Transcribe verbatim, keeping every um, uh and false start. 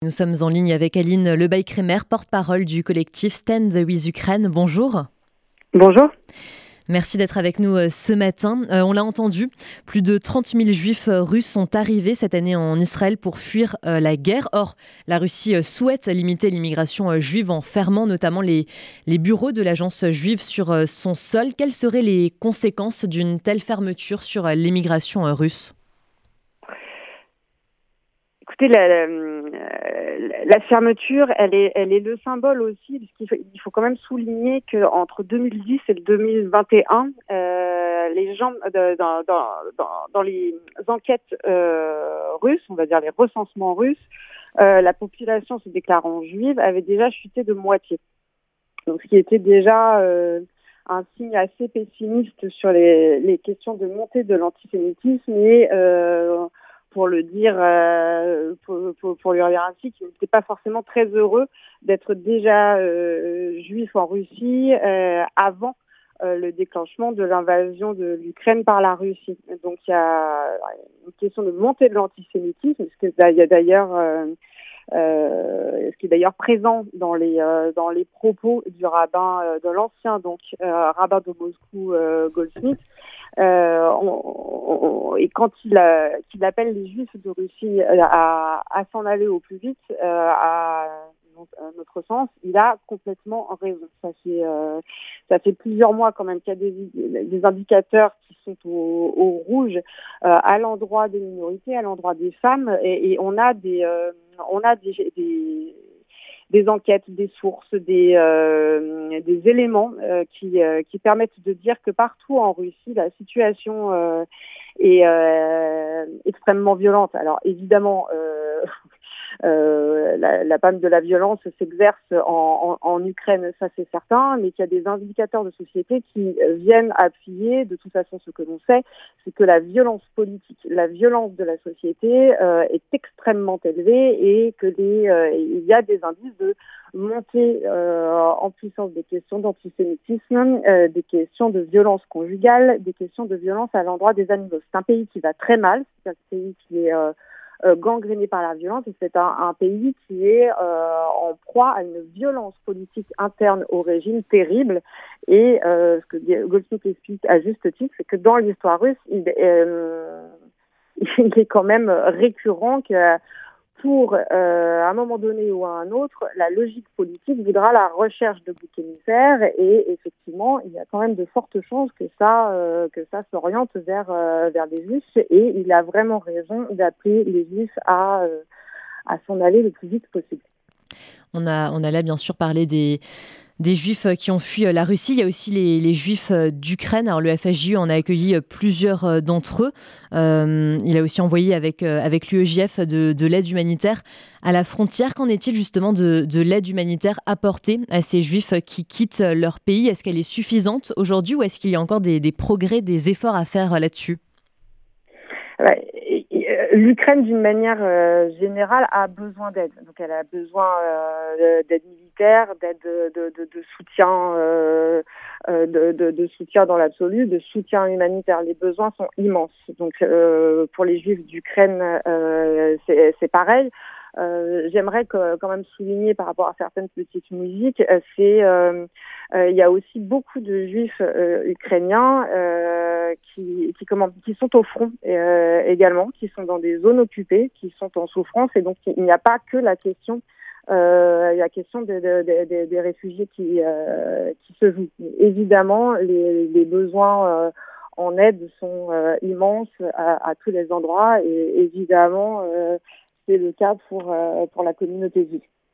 Nous sommes en ligne avec Aline Lebaille-Crémer, porte-parole du collectif Stand with Ukraine. Bonjour. Bonjour. Merci d'être avec nous ce matin. Euh, on l'a entendu, plus de trente mille juifs russes sont arrivés cette année en Israël pour fuir euh, la guerre. Or, la Russie euh, souhaite limiter l'immigration euh, juive en fermant notamment les, les bureaux de l'agence juive sur euh, son sol. Quelles seraient les conséquences d'une telle fermeture sur euh, l'immigration euh, russe ? Écoutez, la, la, la fermeture, elle est, elle est le symbole aussi, parce qu'il faut, il faut quand même souligner qu'entre deux mille dix et deux mille vingt et un, euh, les gens de, dans, dans, dans, dans les enquêtes euh, russes, on va dire les recensements russes, euh, la population se déclarant juive avait déjà chuté de moitié. Donc, ce qui était déjà euh, un signe assez pessimiste sur les, les questions de montée de l'antisémitisme et euh, pour le dire, euh, pour, pour, pour lui dire ainsi, qu'il n'était pas forcément très heureux d'être déjà euh, juif en Russie euh, avant euh, le déclenchement de l'invasion de l'Ukraine par la Russie. Donc il y a une question de montée de l'antisémitisme, parce qu'il y a d'ailleurs, euh, euh, ce qui est d'ailleurs présent dans les euh, dans les propos du rabbin euh, de l'ancien donc euh, rabbin de Moscou euh, Goldsmith. Euh, on, on, et quand il, a, qu'il appelle les Juifs de Russie à, à s'en aller au plus vite, euh, à, à notre sens, il a complètement raison. Ça fait, euh, ça fait plusieurs mois quand même qu'il y a des, des indicateurs qui sont au, au rouge euh, à l'endroit des minorités, à l'endroit des femmes, et, et on a des, euh, on a des, des des enquêtes, des sources, des, euh, des éléments euh, qui, euh, qui permettent de dire que partout en Russie, la situation euh, est euh, extrêmement violente. Alors évidemment, euh, euh, la, la panne de la violence s'exerce en, en, en Ukraine, ça c'est certain, mais qu'il y a des indicateurs de société qui viennent appuyer, de toute façon ce que l'on sait, c'est que la violence politique, la violence de la société euh, est extrêmement élevée et que les, euh, il y a des indices de montée euh, en puissance des questions d'antisémitisme, euh, des questions de violence conjugale, des questions de violence à l'endroit des animaux. C'est un pays qui va très mal, c'est un pays qui est euh, euh, gangréné par la violence et c'est un, un pays qui est euh, en proie à une violence politique interne au régime terrible. Et euh, ce que Goldsmith explique à juste titre, c'est que dans l'histoire russe, il, euh, il est quand même récurrent que pour, euh, à un moment donné ou à un autre, la logique politique voudra la recherche de boucs émissaires et effectivement, il y a quand même de fortes chances que ça, euh, que ça s'oriente vers, euh, vers les Juifs et il a vraiment raison d'appeler les Juifs à, euh, à s'en aller le plus vite possible. On a, on a là bien sûr parlé des, des Juifs qui ont fui la Russie. Il y a aussi les, les Juifs d'Ukraine. Alors le F H J U en a accueilli plusieurs d'entre eux. Euh, il a aussi envoyé avec, avec l'U E J F de, de l'aide humanitaire à la frontière. Qu'en est-il justement de, de l'aide humanitaire apportée à ces Juifs qui quittent leur pays ? Est-ce qu'elle est suffisante aujourd'hui ou est-ce qu'il y a encore des, des progrès, des efforts à faire là-dessus ? Ouais. L'Ukraine, d'une manière euh, générale, a besoin d'aide. Donc, elle a besoin euh, d'aide militaire, d'aide de, de, de, de soutien, euh, de, de, de soutien dans l'absolu, de soutien humanitaire. Les besoins sont immenses. Donc, euh, pour les Juifs d'Ukraine, euh, c'est, c'est pareil. Euh, j'aimerais que, quand même souligner par rapport à certaines petites musiques, euh, c'est euh, euh, il y a aussi beaucoup de Juifs euh, ukrainiens euh, qui qui, comment, qui sont au front euh, également, qui sont dans des zones occupées, qui sont en souffrance et donc il n'y a pas que la question euh, la question de, de, de, de, des réfugiés qui euh, qui se joue. Évidemment, les, les besoins euh, en aide sont euh, immenses à, à tous les endroits et évidemment euh, c'est le cas pour, euh, pour la communauté juive.